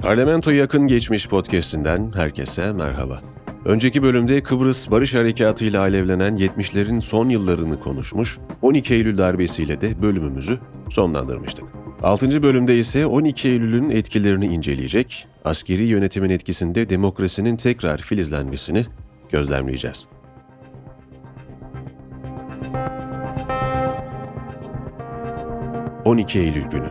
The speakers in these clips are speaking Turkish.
Parlamento Yakın Geçmiş podcast'inden herkese merhaba. Önceki bölümde Kıbrıs Barış Harekatı ile alevlenen 70'lerin son yıllarını konuşmuş, 12 Eylül darbesiyle de bölümümüzü sonlandırmıştık. 6. bölümde ise 12 Eylül'ün etkilerini inceleyecek, askeri yönetimin etkisinde demokrasinin tekrar filizlenmesini gözlemleyeceğiz. ...12 Eylül günü.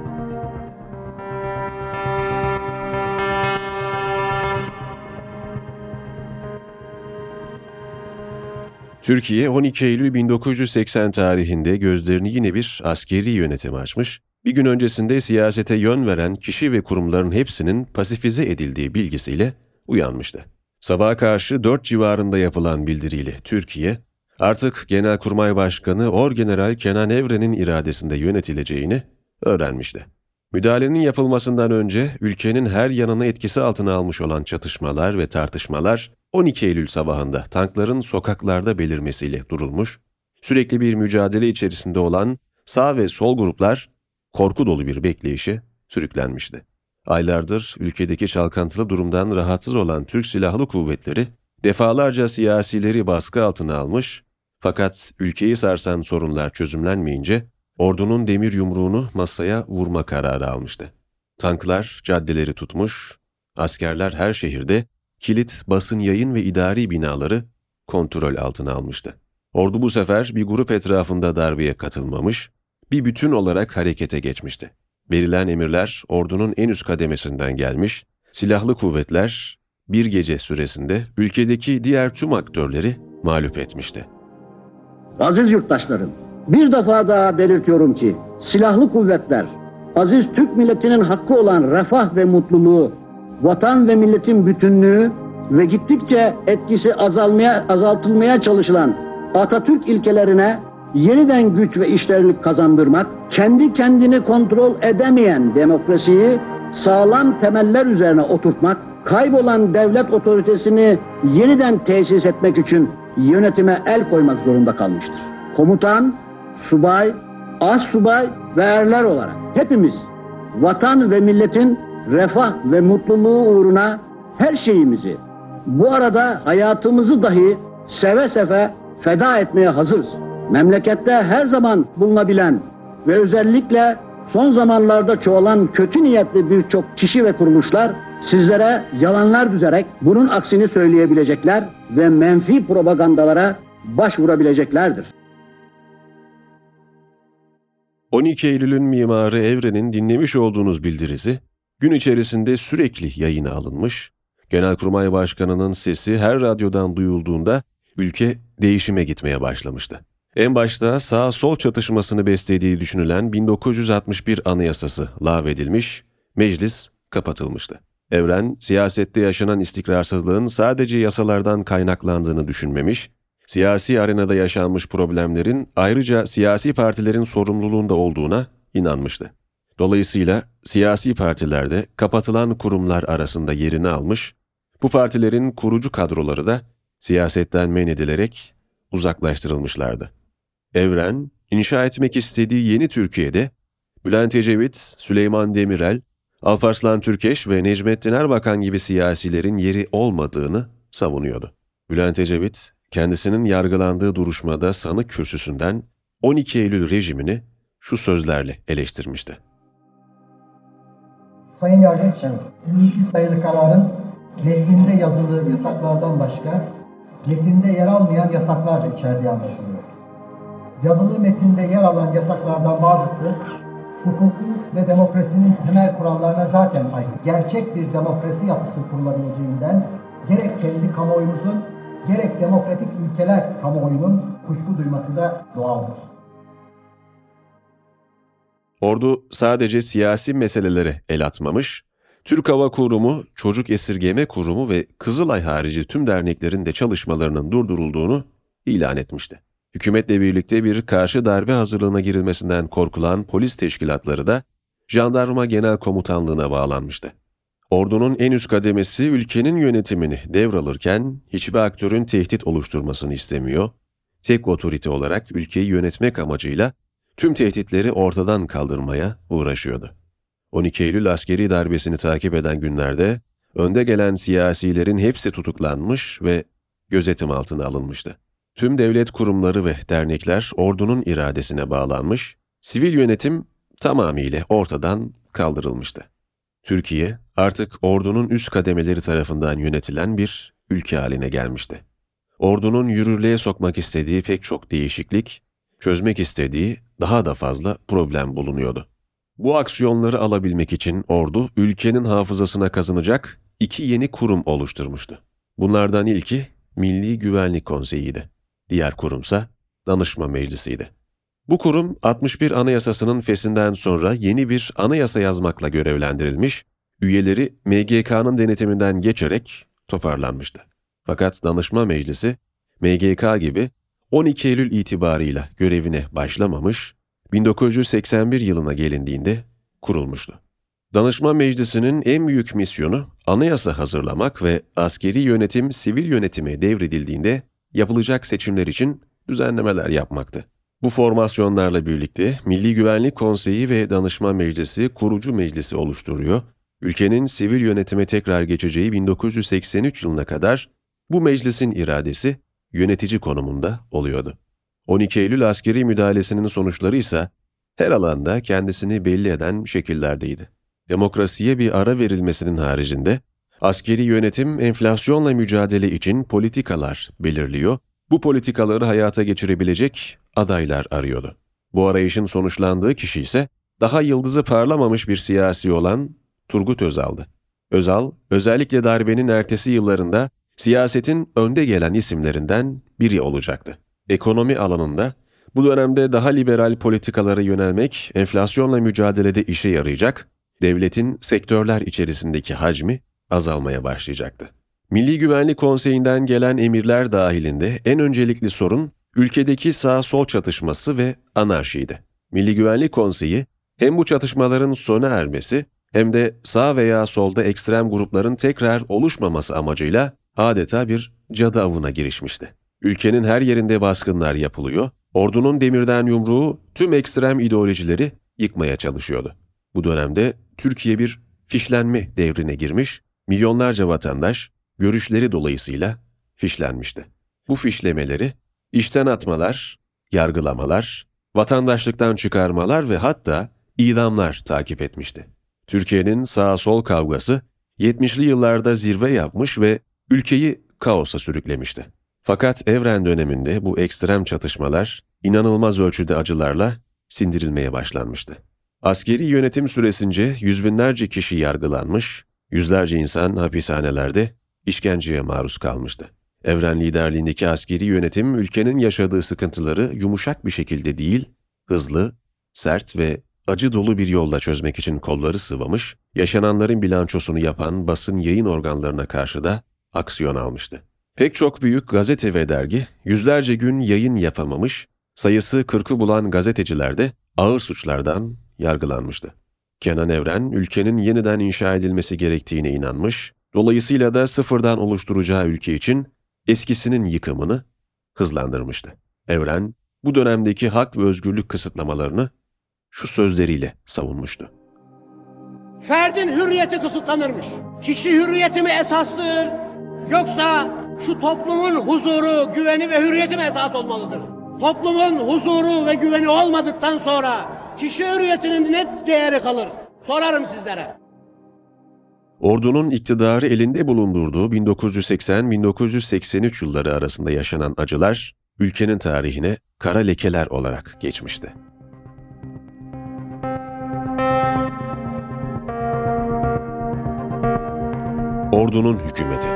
Türkiye 12 Eylül 1980 tarihinde gözlerini yine bir askeri yönetime açmış, bir gün öncesinde siyasete yön veren kişi ve kurumların hepsinin pasifize edildiği bilgisiyle uyanmıştı. Sabaha karşı 4 civarında yapılan bildiriyle Türkiye, artık Genelkurmay Başkanı Orgeneral Kenan Evren'in iradesinde yönetileceğini öğrenmişti. Müdahalenin yapılmasından önce ülkenin her yanını etkisi altına almış olan çatışmalar ve tartışmalar 12 Eylül sabahında tankların sokaklarda belirmesiyle durulmuş, sürekli bir mücadele içerisinde olan sağ ve sol gruplar korku dolu bir bekleyişe sürüklenmişti. Aylardır ülkedeki çalkantılı durumdan rahatsız olan Türk Silahlı Kuvvetleri defalarca siyasileri baskı altına almış, fakat ülkeyi sarsan sorunlar çözümlenmeyince ordunun demir yumruğunu masaya vurma kararı almıştı. Tanklar caddeleri tutmuş, askerler her şehirde kilit basın yayın ve idari binaları kontrol altına almıştı. Ordu bu sefer bir grup etrafında darbeye katılmamış, bir bütün olarak harekete geçmişti. Verilen emirler ordunun en üst kademesinden gelmiş, silahlı kuvvetler bir gece süresinde ülkedeki diğer tüm aktörleri mağlup etmişti. Aziz yurttaşlarım, bir defa daha belirtiyorum ki silahlı kuvvetler, aziz Türk milletinin hakkı olan refah ve mutluluğu, vatan ve milletin bütünlüğü ve gittikçe etkisi azaltılmaya çalışılan Atatürk ilkelerine yeniden güç ve işlerlik kazandırmak, kendi kendini kontrol edemeyen demokrasiyi sağlam temeller üzerine oturtmak, kaybolan devlet otoritesini yeniden tesis etmek için yönetime el koymak zorunda kalmıştır. Komutan, subay, astsubay ve erler olarak hepimiz vatan ve milletin refah ve mutluluğu uğruna her şeyimizi, bu arada hayatımızı dahi seve seve feda etmeye hazırız. Memlekette her zaman bulunabilen ve özellikle son zamanlarda çoğalan kötü niyetli birçok kişi ve kuruluşlar sizlere yalanlar düzerek bunun aksini söyleyebilecekler ve menfi propagandalara başvurabileceklerdir. 12 Eylül'ün mimarı Evren'in dinlemiş olduğunuz bildirisi, gün içerisinde sürekli yayına alınmış, Genelkurmay Başkanı'nın sesi her radyodan duyulduğunda ülke değişime gitmeye başlamıştı. En başta sağ-sol çatışmasını beslediği düşünülen 1961 Anayasası lağvedilmiş, meclis kapatılmıştı. Evren, siyasette yaşanan istikrarsızlığın sadece yasalardan kaynaklandığını düşünmemiş, siyasi arenada yaşanmış problemlerin ayrıca siyasi partilerin sorumluluğunda olduğuna inanmıştı. Dolayısıyla siyasi partilerde kapatılan kurumlar arasında yerini almış, bu partilerin kurucu kadroları da siyasetten men edilerek uzaklaştırılmışlardı. Evren, inşa etmek istediği yeni Türkiye'de Bülent Ecevit, Süleyman Demirel, Alparslan Türkeş ve Necmettin Erbakan gibi siyasilerin yeri olmadığını savunuyordu. Bülent Ecevit, kendisinin yargılandığı duruşmada sanık kürsüsünden 12 Eylül rejimini şu sözlerle eleştirmişti. Sayın Yargıç, 52 sayılı kararın lehinde yazılı yasaklardan başka metinde yer almayan yasaklar da içerdiği anlaşılıyor. Yazılı metinde yer alan yasaklardan bazısı hukukun ve demokrasinin temel kurallarına zaten aykırı. Gerçek bir demokrasi yapısı kurulabileceğinden gerek kendi kamuoyumuzun gerek demokratik ülkeler kamuoyunun kuşku duyması da doğaldır. Ordu sadece siyasi meselelere el atmamış, Türk Hava Kurumu, Çocuk Esirgeme Kurumu ve Kızılay harici tüm derneklerin de çalışmalarının durdurulduğunu ilan etmişti. Hükümetle birlikte bir karşı darbe hazırlığına girilmesinden korkulan polis teşkilatları da Jandarma Genel Komutanlığı'na bağlanmıştı. Ordunun en üst kademesi ülkenin yönetimini devralırken hiçbir aktörün tehdit oluşturmasını istemiyor, tek otorite olarak ülkeyi yönetmek amacıyla tüm tehditleri ortadan kaldırmaya uğraşıyordu. 12 Eylül askeri darbesini takip eden günlerde önde gelen siyasilerin hepsi tutuklanmış ve gözetim altına alınmıştı. Tüm devlet kurumları ve dernekler ordunun iradesine bağlanmış, sivil yönetim tamamıyla ortadan kaldırılmıştı. Türkiye artık ordunun üst kademeleri tarafından yönetilen bir ülke haline gelmişti. Ordunun yürürlüğe sokmak istediği pek çok değişiklik, çözmek istediği daha da fazla problem bulunuyordu. Bu aksiyonları alabilmek için ordu ülkenin hafızasına kazınacak 2 yeni kurum oluşturmuştu. Bunlardan ilki Milli Güvenlik Konseyi'ydi. Diğer kurumsa Danışma Meclisi'ydi. Bu kurum 61 Anayasası'nın feshinden sonra yeni bir anayasa yazmakla görevlendirilmiş, üyeleri MGK'nın denetiminden geçerek toparlanmıştı. Fakat Danışma Meclisi, MGK gibi 12 Eylül itibarıyla görevine başlamamış, 1981 yılına gelindiğinde kurulmuştu. Danışma Meclisi'nin en büyük misyonu anayasa hazırlamak ve askeri yönetim sivil yönetime devredildiğinde yapılacak seçimler için düzenlemeler yapmaktı. Bu formasyonlarla birlikte Milli Güvenlik Konseyi ve Danışma Meclisi kurucu meclisi oluşturuyor, ülkenin sivil yönetime tekrar geçeceği 1983 yılına kadar bu meclisin iradesi yönetici konumunda oluyordu. 12 Eylül askeri müdahalesinin sonuçları ise her alanda kendisini belli eden şekillerdeydi. Demokrasiye bir ara verilmesinin haricinde askeri yönetim enflasyonla mücadele için politikalar belirliyor, bu politikaları hayata geçirebilecek adaylar arıyordu. Bu arayışın sonuçlandığı kişi ise daha yıldızı parlamamış bir siyasi olan Turgut Özal'dı. Özal, özellikle darbenin ertesi yıllarında siyasetin önde gelen isimlerinden biri olacaktı. Ekonomi alanında bu dönemde daha liberal politikalara yönelmek enflasyonla mücadelede işe yarayacak, devletin sektörler içerisindeki hacmi azalmaya başlayacaktı. Milli Güvenlik Konseyi'nden gelen emirler dahilinde en öncelikli sorun ülkedeki sağ-sol çatışması ve anarşiydi. Milli Güvenlik Konseyi hem bu çatışmaların sona ermesi hem de sağ veya solda ekstrem grupların tekrar oluşmaması amacıyla adeta bir cadı avına girişmişti. Ülkenin her yerinde baskınlar yapılıyor, ordunun demirden yumruğu tüm ekstrem ideolojileri yıkmaya çalışıyordu. Bu dönemde Türkiye bir fişlenme devrine girmiş, milyonlarca vatandaş görüşleri dolayısıyla fişlenmişti. Bu fişlemeleri işten atmalar, yargılamalar, vatandaşlıktan çıkarmalar ve hatta idamlar takip etmişti. Türkiye'nin sağ-sol kavgası 70'li yıllarda zirve yapmış ve ülkeyi kaosa sürüklemişti. Fakat Evren döneminde bu ekstrem çatışmalar inanılmaz ölçüde acılarla sindirilmeye başlanmıştı. Askeri yönetim süresince yüz binlerce kişi yargılanmış, yüzlerce insan hapishanelerde işkenceye maruz kalmıştı. Evren liderliğindeki askeri yönetim ülkenin yaşadığı sıkıntıları yumuşak bir şekilde değil, hızlı, sert ve acı dolu bir yolla çözmek için kolları sıvamış, yaşananların bilançosunu yapan basın yayın organlarına karşı da aksiyon almıştı. Pek çok büyük gazete ve dergi yüzlerce gün yayın yapamamış, sayısı 40'ı bulan gazeteciler de ağır suçlardan yargılanmıştı. Kenan Evren, ülkenin yeniden inşa edilmesi gerektiğine inanmış, dolayısıyla da sıfırdan oluşturacağı ülke için eskisinin yıkımını hızlandırmıştı. Evren, bu dönemdeki hak ve özgürlük kısıtlamalarını şu sözleriyle savunmuştu. Ferdin hürriyeti kısıtlanırmış. Kişi hürriyeti mi esastır, yoksa şu toplumun huzuru, güveni ve hürriyeti mi esas olmalıdır? Toplumun huzuru ve güveni olmadıktan sonra kişi hürriyetinin ne değeri kalır? Sorarım sizlere. Ordunun iktidarı elinde bulundurduğu 1980-1983 yılları arasında yaşanan acılar, ülkenin tarihine kara lekeler olarak geçmişti. Ordunun hükümeti.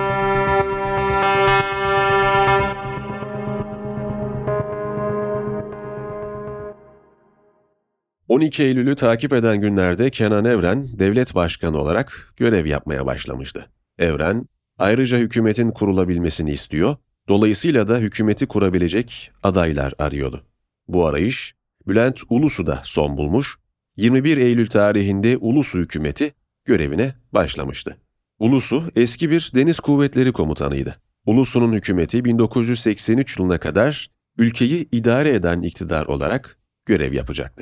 ...12 Eylül'ü takip eden günlerde Kenan Evren, devlet başkanı olarak görev yapmaya başlamıştı. Evren, ayrıca hükümetin kurulabilmesini istiyor, dolayısıyla da hükümeti kurabilecek adaylar arıyordu. Bu arayış, Bülent Ulusu'da son bulmuş, 21 Eylül tarihinde Ulusu hükümeti görevine başlamıştı. Ulusu eski bir deniz kuvvetleri komutanıydı. Ulusu'nun hükümeti 1983 yılına kadar ülkeyi idare eden iktidar olarak görev yapacaktı.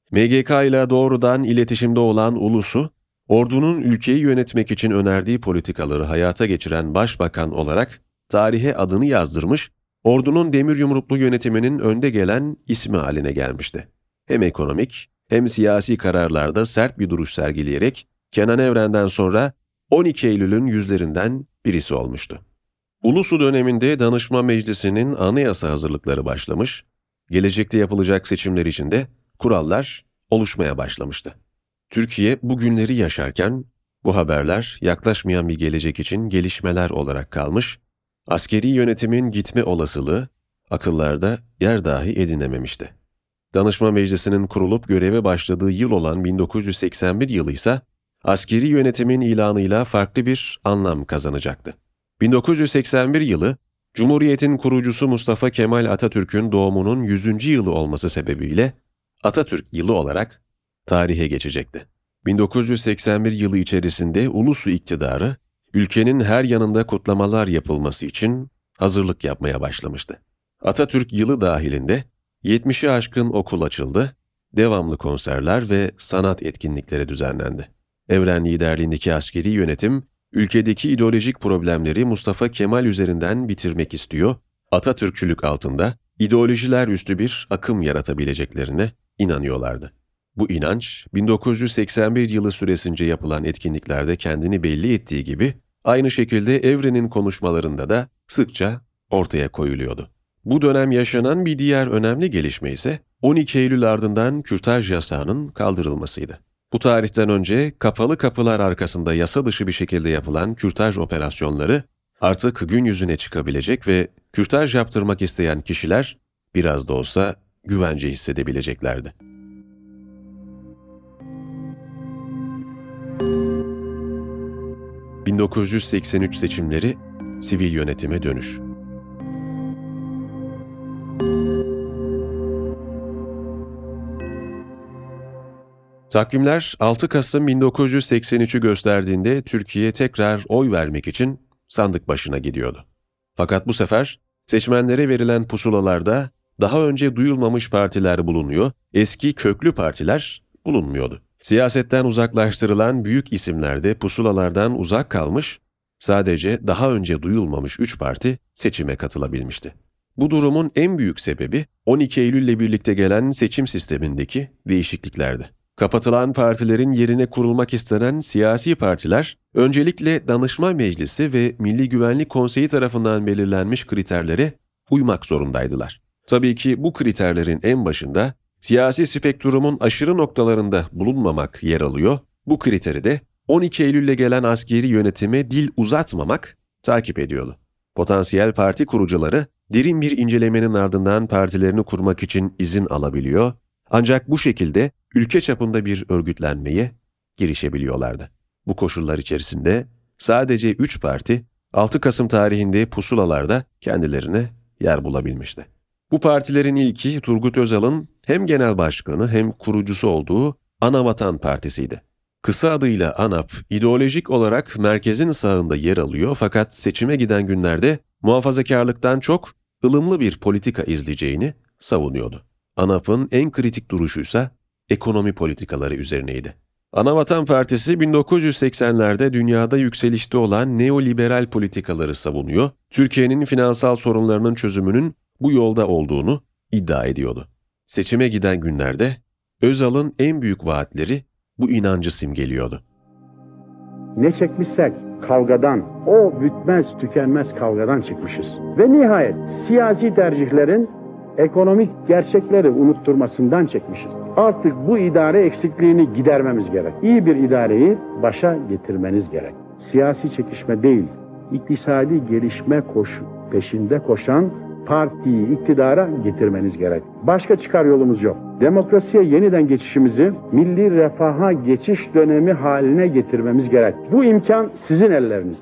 MGK ile doğrudan iletişimde olan Ulusu, ordunun ülkeyi yönetmek için önerdiği politikaları hayata geçiren başbakan olarak tarihe adını yazdırmış, ordunun demir yumruklu yönetiminin önde gelen ismi haline gelmişti. Hem ekonomik hem siyasi kararlarda sert bir duruş sergileyerek Kenan Evren'den sonra 12 Eylül'ün yüzlerinden birisi olmuştu. Ulusu döneminde Danışma Meclisi'nin anayasa hazırlıkları başlamış, gelecekte yapılacak seçimler için de kurallar oluşmaya başlamıştı. Türkiye bu günleri yaşarken bu haberler yaklaşmayan bir gelecek için gelişmeler olarak kalmış, askeri yönetimin gitme olasılığı akıllarda yer dahi edinememişti. Danışma Meclisi'nin kurulup göreve başladığı yıl olan 1981 yılı ise askeri yönetimin ilanıyla farklı bir anlam kazanacaktı. 1981 yılı, Cumhuriyet'in kurucusu Mustafa Kemal Atatürk'ün doğumunun 100. yılı olması sebebiyle Atatürk yılı olarak tarihe geçecekti. 1981 yılı içerisinde Ulusu iktidarı, ülkenin her yanında kutlamalar yapılması için hazırlık yapmaya başlamıştı. Atatürk yılı dahilinde 70'i aşkın okul açıldı, devamlı konserler ve sanat etkinlikleri düzenlendi. Evren liderliğindeki askeri yönetim, ülkedeki ideolojik problemleri Mustafa Kemal üzerinden bitirmek istiyor, Atatürkçülük altında ideolojiler üstü bir akım yaratabileceklerine inanıyorlardı. Bu inanç, 1981 yılı süresince yapılan etkinliklerde kendini belli ettiği gibi, aynı şekilde Evren'in konuşmalarında da sıkça ortaya koyuluyordu. Bu dönem yaşanan bir diğer önemli gelişme ise 12 Eylül ardından kürtaj yasağının kaldırılmasıydı. Bu tarihten önce kapalı kapılar arkasında yasa dışı bir şekilde yapılan kürtaj operasyonları artık gün yüzüne çıkabilecek ve kürtaj yaptırmak isteyen kişiler biraz da olsa güvence hissedebileceklerdi. ...1983 seçimleri, sivil yönetime dönüş. Takvimler 6 Kasım 1983'ü gösterdiğinde Türkiye tekrar oy vermek için sandık başına gidiyordu. Fakat bu sefer seçmenlere verilen pusulalarda daha önce duyulmamış partiler bulunuyor, eski köklü partiler bulunmuyordu. Siyasetten uzaklaştırılan büyük isimler de pusulalardan uzak kalmış, sadece daha önce duyulmamış 3 parti seçime katılabilmişti. Bu durumun en büyük sebebi 12 Eylül'le birlikte gelen seçim sistemindeki değişikliklerdi. Kapatılan partilerin yerine kurulmak istenen siyasi partiler, öncelikle Danışma Meclisi ve Milli Güvenlik Konseyi tarafından belirlenmiş kriterlere uymak zorundaydılar. Tabii ki bu kriterlerin en başında siyasi spektrumun aşırı noktalarında bulunmamak yer alıyor. Bu kriteri de 12 Eylül'le gelen askeri yönetime dil uzatmamak takip ediyordu. Potansiyel parti kurucuları derin bir incelemenin ardından partilerini kurmak için izin alabiliyor, ancak bu şekilde ülke çapında bir örgütlenmeye girişebiliyorlardı. Bu koşullar içerisinde sadece 3 parti 6 Kasım tarihinde pusulalarda kendilerine yer bulabilmişti. Bu partilerin ilki Turgut Özal'ın hem genel başkanı hem kurucusu olduğu Anavatan Partisi'ydi. Kısa adıyla ANAP, ideolojik olarak merkezin sağında yer alıyor fakat seçime giden günlerde muhafazakarlıktan çok ılımlı bir politika izleyeceğini savunuyordu. ANAP'ın en kritik duruşuysa ekonomi politikaları üzerineydi. Anavatan Partisi 1980'lerde dünyada yükselişte olan neoliberal politikaları savunuyor, Türkiye'nin finansal sorunlarının çözümünün bu yolda olduğunu iddia ediyordu. Seçime giden günlerde Özal'ın en büyük vaatleri bu inancı simgeliyordu. Ne çekmişsek kavgadan, o bitmez tükenmez kavgadan çıkmışız. Ve nihayet siyasi tercihlerin ekonomik gerçekleri unutturmasından çekmişiz. Artık bu idare eksikliğini gidermemiz gerek. İyi bir idareyi başa getirmeniz gerek. Siyasi çekişme değil, iktisadi gelişme peşinde koşan partiyi iktidara getirmeniz gerek. Başka çıkar yolumuz yok. Demokrasiye yeniden geçişimizi milli refaha geçiş dönemi haline getirmemiz gerek. Bu imkan sizin ellerinizde.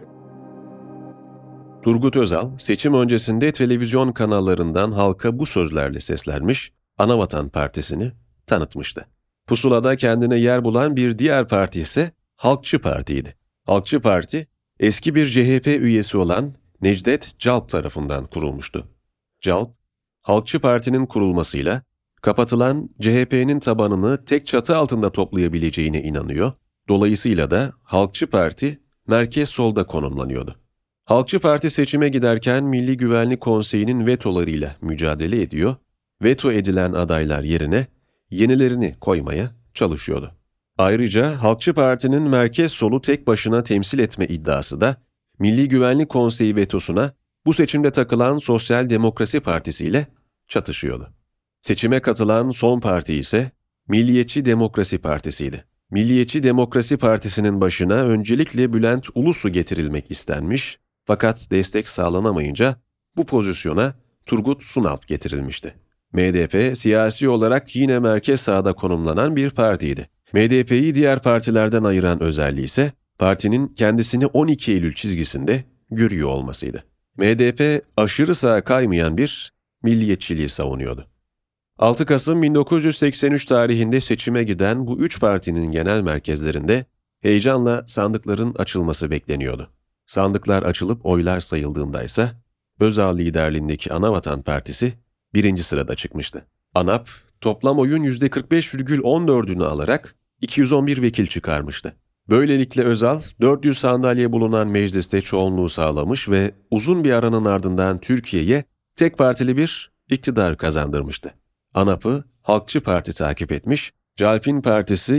Turgut Özal, seçim öncesinde televizyon kanallarından halka bu sözlerle seslenmiş, Anavatan Partisi'ni tanıtmıştı. Pusulada kendine yer bulan bir diğer parti ise Halkçı Parti'ydi. Halkçı Parti, eski bir CHP üyesi olan Necdet Calp tarafından kurulmuştu. Calp, Halkçı Parti'nin kurulmasıyla Kapatılan CHP'nin tabanını tek çatı altında toplayabileceğine inanıyor. Dolayısıyla da Halkçı Parti merkez solda konumlanıyordu. Halkçı Parti seçime giderken Milli Güvenlik Konseyi'nin vetolarıyla mücadele ediyor, veto edilen adaylar yerine yenilerini koymaya çalışıyordu. Ayrıca Halkçı Parti'nin merkez solu tek başına temsil etme iddiası da Milli Güvenlik Konseyi vetosuna bu seçimde takılan Sosyal Demokrasi Partisi ile çatışıyordu. Seçime katılan son parti ise Milliyetçi Demokrasi Partisi'ydi. Milliyetçi Demokrasi Partisi'nin başına öncelikle Bülent Ulusu getirilmek istenmiş, fakat destek sağlanamayınca bu pozisyona Turgut Sunalp getirilmişti. MDP siyasi olarak yine merkez sağda konumlanan bir partiydi. MDP'yi diğer partilerden ayıran özelliği ise partinin kendisini 12 Eylül çizgisinde görüyor olmasıydı. MDP aşırı sağa kaymayan bir milliyetçiliği savunuyordu. 6 Kasım 1983 tarihinde seçime giden bu üç partinin genel merkezlerinde heyecanla sandıkların açılması bekleniyordu. Sandıklar açılıp oylar sayıldığında ise Özal liderliğindeki Anavatan Partisi birinci sırada çıkmıştı. ANAP toplam oyun %45,14'ünü alarak 211 vekil çıkarmıştı. Böylelikle Özal 400 sandalye bulunan mecliste çoğunluğu sağlamış ve uzun bir aranın ardından Türkiye'ye tek partili bir iktidar kazandırmıştı. ANAP'ı Halkçı Parti takip etmiş, Calpin Partisi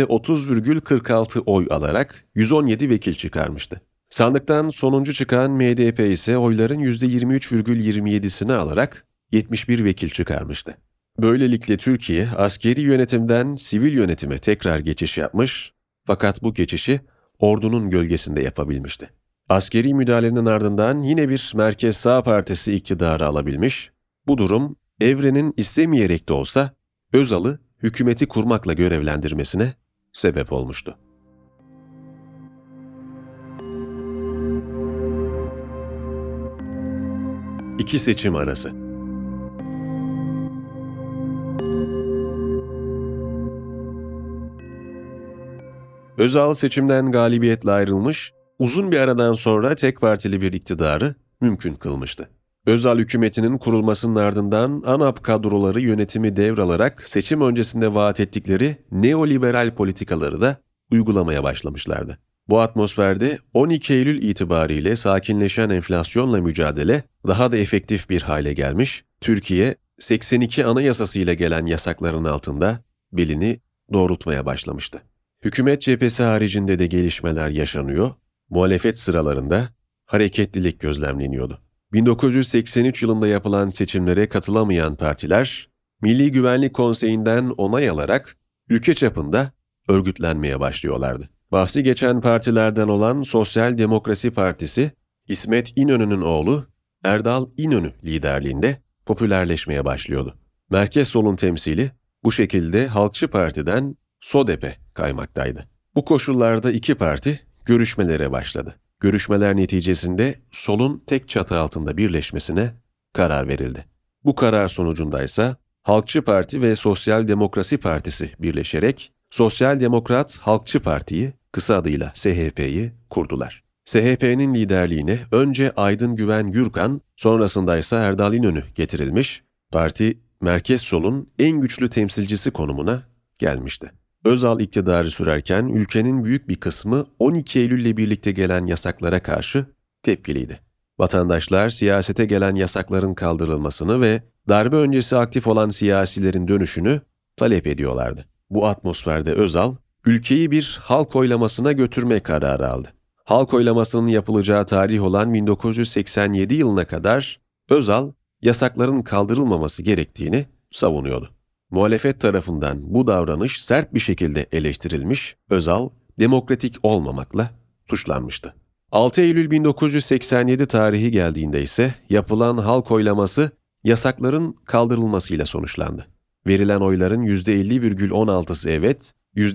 %30,46 oy alarak 117 vekil çıkarmıştı. Sandıktan sonuncu çıkan MDP ise oyların %23,27'sini alarak 71 vekil çıkarmıştı. Böylelikle Türkiye askeri yönetimden sivil yönetime tekrar geçiş yapmış, fakat bu geçişi ordunun gölgesinde yapabilmişti. Askeri müdahalenin ardından yine bir merkez sağ partisi iktidarı alabilmiş, bu durum Evren'in istemeyerek de olsa Özal'ı hükümeti kurmakla görevlendirmesine sebep olmuştu. İki seçim arası. Özal seçimden galibiyetle ayrılmış, uzun bir aradan sonra tek partili bir iktidarı mümkün kılmıştı. Özal hükümetinin kurulmasının ardından ANAP kadroları yönetimi devralarak seçim öncesinde vaat ettikleri neoliberal politikaları da uygulamaya başlamışlardı. Bu atmosferde 12 Eylül itibariyle sakinleşen enflasyonla mücadele daha da efektif bir hale gelmiş, Türkiye 82 Anayasası ile gelen yasakların altında belini doğrultmaya başlamıştı. Hükümet cephesi haricinde de gelişmeler yaşanıyor, muhalefet sıralarında hareketlilik gözlemleniyordu. 1983 yılında yapılan seçimlere katılamayan partiler, Milli Güvenlik Konseyi'nden onay alarak ülke çapında örgütlenmeye başlıyorlardı. Bahsi geçen partilerden olan Sosyal Demokrasi Partisi, İsmet İnönü'nün oğlu Erdal İnönü liderliğinde popülerleşmeye başlıyordu. Merkez solun temsili bu şekilde Halkçı Parti'den SODEP'e kaymaktaydı. Bu koşullarda iki parti görüşmelere başladı. Görüşmeler neticesinde solun tek çatı altında birleşmesine karar verildi. Bu karar sonucundaysa Halkçı Parti ve Sosyal Demokrasi Partisi birleşerek Sosyal Demokrat Halkçı Parti'yi, kısa adıyla SHP'yi kurdular. SHP'nin liderliğine önce Aydın Güven Gürkan, sonrasında ise Erdal İnönü getirilmiş, parti merkez solun en güçlü temsilcisi konumuna gelmişti. Özal iktidarı sürerken ülkenin büyük bir kısmı 12 Eylül'le birlikte gelen yasaklara karşı tepkiliydi. Vatandaşlar siyasete gelen yasakların kaldırılmasını ve darbe öncesi aktif olan siyasilerin dönüşünü talep ediyorlardı. Bu atmosferde Özal, ülkeyi bir halk oylamasına götürme kararı aldı. Halk oylamasının yapılacağı tarih olan 1987 yılına kadar Özal, yasakların kaldırılmaması gerektiğini savunuyordu. Muhalefet tarafından bu davranış sert bir şekilde eleştirilmiş, Özal, demokratik olmamakla suçlanmıştı. 6 Eylül 1987 tarihi geldiğinde ise yapılan halk oylaması yasakların kaldırılmasıyla sonuçlandı. Verilen oyların %50,16'sı evet,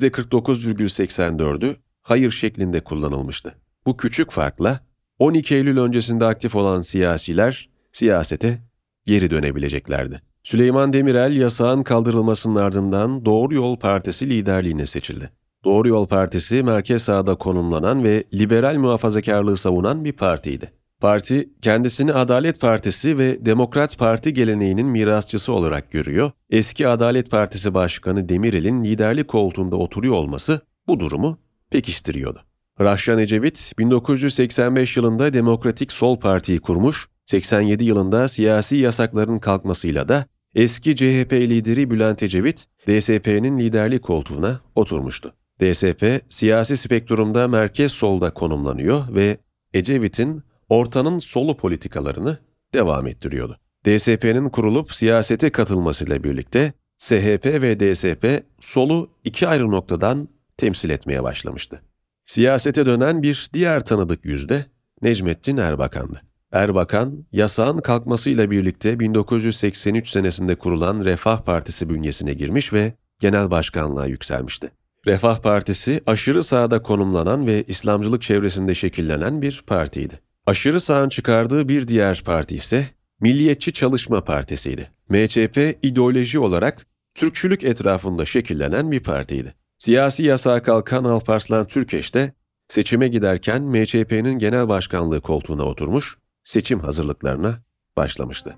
%49,84'ü hayır şeklinde kullanılmıştı. Bu küçük farkla 12 Eylül öncesinde aktif olan siyasiler siyasete geri dönebileceklerdi. Süleyman Demirel yasağın kaldırılmasının ardından Doğru Yol Partisi liderliğine seçildi. Doğru Yol Partisi merkez sağda konumlanan ve liberal muhafazakarlığı savunan bir partiydi. Parti, kendisini Adalet Partisi ve Demokrat Parti geleneğinin mirasçısı olarak görüyor. Eski Adalet Partisi Başkanı Demirel'in liderlik koltuğunda oturuyor olması bu durumu pekiştiriyordu. Rahşan Ecevit, 1985 yılında Demokratik Sol Parti'yi kurmuş, 87 yılında siyasi yasakların kalkmasıyla da eski CHP lideri Bülent Ecevit, DSP'nin liderlik koltuğuna oturmuştu. DSP, siyasi spektrumda merkez solda konumlanıyor ve Ecevit'in ortanın solu politikalarını devam ettiriyordu. DSP'nin kurulup siyasete katılmasıyla birlikte SHP ve DSP solu iki ayrı noktadan temsil etmeye başlamıştı. Siyasete dönen bir diğer tanıdık yüz de Necmettin Erbakan'dı. Erbakan, yasağın kalkmasıyla birlikte 1983 senesinde kurulan Refah Partisi bünyesine girmiş ve genel başkanlığa yükselmişti. Refah Partisi, aşırı sağda konumlanan ve İslamcılık çevresinde şekillenen bir partiydi. Aşırı sağın çıkardığı bir diğer parti ise Milliyetçi Çalışma Partisi'ydi. MÇP, ideoloji olarak Türkçülük etrafında şekillenen bir partiydi. Siyasi yasağa kalkan Alparslan Türkeş de seçime giderken MÇP'nin genel başkanlığı koltuğuna oturmuş, seçim hazırlıklarına başlamıştı.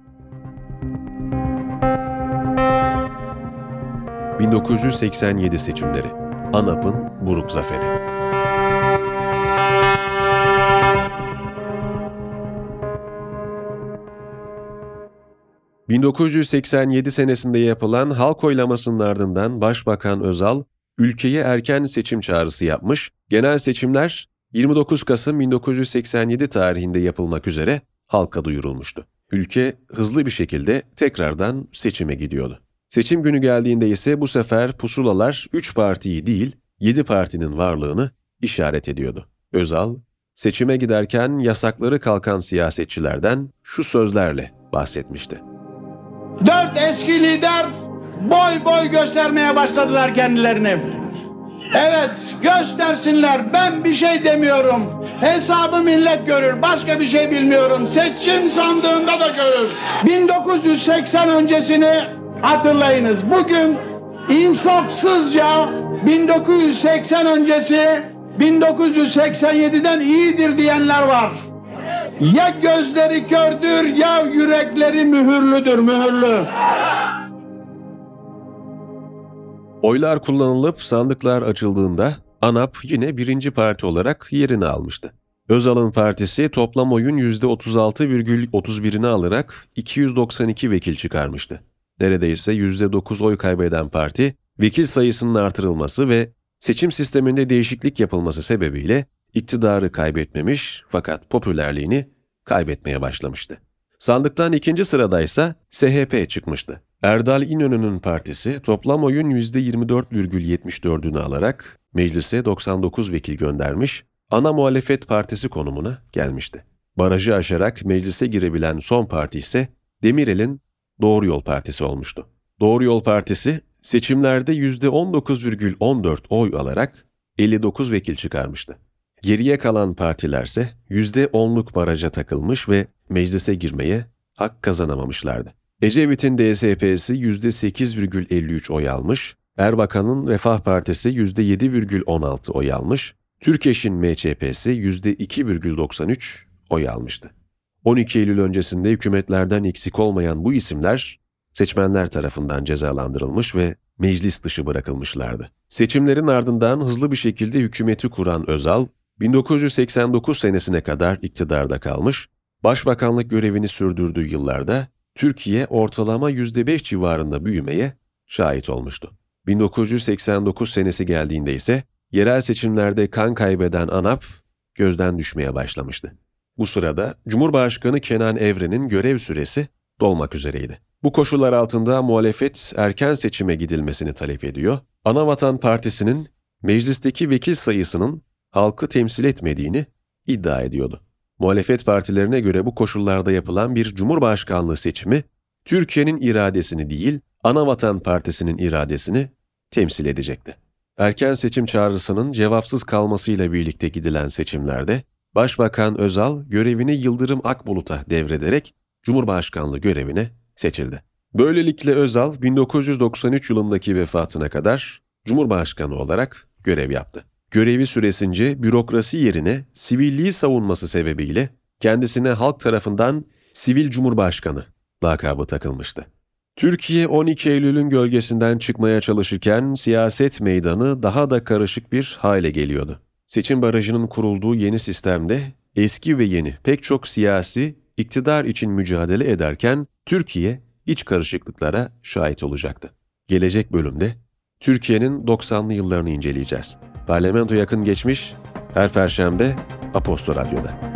1987 seçimleri, ANAP'ın Buruk Zaferi. ...1987 senesinde yapılan halk oylamasının ardından Başbakan Özal, ülkeye erken seçim çağrısı yapmış, genel seçimler 29 Kasım 1987 tarihinde yapılmak üzere halka duyurulmuştu. Ülke hızlı bir şekilde tekrardan seçime gidiyordu. Seçim günü geldiğinde ise bu sefer pusulalar 3 partiyi değil 7 partinin varlığını işaret ediyordu. Özal, seçime giderken yasakları kalkan siyasetçilerden şu sözlerle bahsetmişti. 4 eski lider boy boy göstermeye başladılar kendilerini. Evet, göstersinler, ben bir şey demiyorum. Hesabı millet görür, başka bir şey bilmiyorum. Seçim sandığında da görür. 1980 öncesini hatırlayınız. Bugün insafsızca 1980 öncesi 1987'den iyidir diyenler var. Ya gözleri kördür ya yürekleri mühürlüdür, mühürlü. Oylar kullanılıp sandıklar açıldığında ANAP yine birinci parti olarak yerini almıştı. Özal'ın partisi toplam oyun %36,31'ini alarak 292 vekil çıkarmıştı. Neredeyse %9 oy kaybeden parti, vekil sayısının artırılması ve seçim sisteminde değişiklik yapılması sebebiyle iktidarı kaybetmemiş fakat popülerliğini kaybetmeye başlamıştı. Sandıktan ikinci sıradaysa SHP çıkmıştı. Erdal İnönü'nün partisi toplam oyun %24,74'ünü alarak meclise 99 vekil göndermiş, ana muhalefet partisi konumuna gelmişti. Barajı aşarak meclise girebilen son parti ise Demirel'in Doğru Yol Partisi olmuştu. Doğru Yol Partisi seçimlerde %19,14 oy alarak 59 vekil çıkarmıştı. Geriye kalan partilerse %10'luk baraja takılmış ve meclise girmeye hak kazanamamışlardı. Ecevit'in DSP'si %8,53 oy almış, Erbakan'ın Refah Partisi %7,16 oy almış, Türkeş'in MÇP'si %2,93 oy almıştı. 12 Eylül öncesinde hükümetlerden eksik olmayan bu isimler seçmenler tarafından cezalandırılmış ve meclis dışı bırakılmışlardı. Seçimlerin ardından hızlı bir şekilde hükümeti kuran Özal, 1989 senesine kadar iktidarda kalmış, başbakanlık görevini sürdürdüğü yıllarda Türkiye ortalama %5 civarında büyümeye şahit olmuştu. 1989 senesi geldiğinde ise yerel seçimlerde kan kaybeden ANAP gözden düşmeye başlamıştı. Bu sırada Cumhurbaşkanı Kenan Evren'in görev süresi dolmak üzereydi. Bu koşullar altında muhalefet erken seçime gidilmesini talep ediyor. Anavatan Partisi'nin meclisteki vekil sayısının halkı temsil etmediğini iddia ediyordu. Muhalefet partilerine göre bu koşullarda yapılan bir cumhurbaşkanlığı seçimi, Türkiye'nin iradesini değil, Anavatan Partisi'nin iradesini temsil edecekti. Erken seçim çağrısının cevapsız kalmasıyla birlikte gidilen seçimlerde, Başbakan Özal görevini Yıldırım Akbulut'a devrederek Cumhurbaşkanlığı görevine seçildi. Böylelikle Özal, 1993 yılındaki vefatına kadar Cumhurbaşkanı olarak görev yaptı. Görevi süresince bürokrasi yerine sivilliği savunması sebebiyle kendisine halk tarafından Sivil Cumhurbaşkanı lakabı takılmıştı. Türkiye 12 Eylül'ün gölgesinden çıkmaya çalışırken siyaset meydanı daha da karışık bir hale geliyordu. Seçim barajının kurulduğu yeni sistemde eski ve yeni pek çok siyasi iktidar için mücadele ederken Türkiye iç karışıklıklara şahit olacaktı. Gelecek bölümde Türkiye'nin 90'lı yıllarını inceleyeceğiz. Parlamento yakın geçmiş her Perşembe Aposto Radyo'da.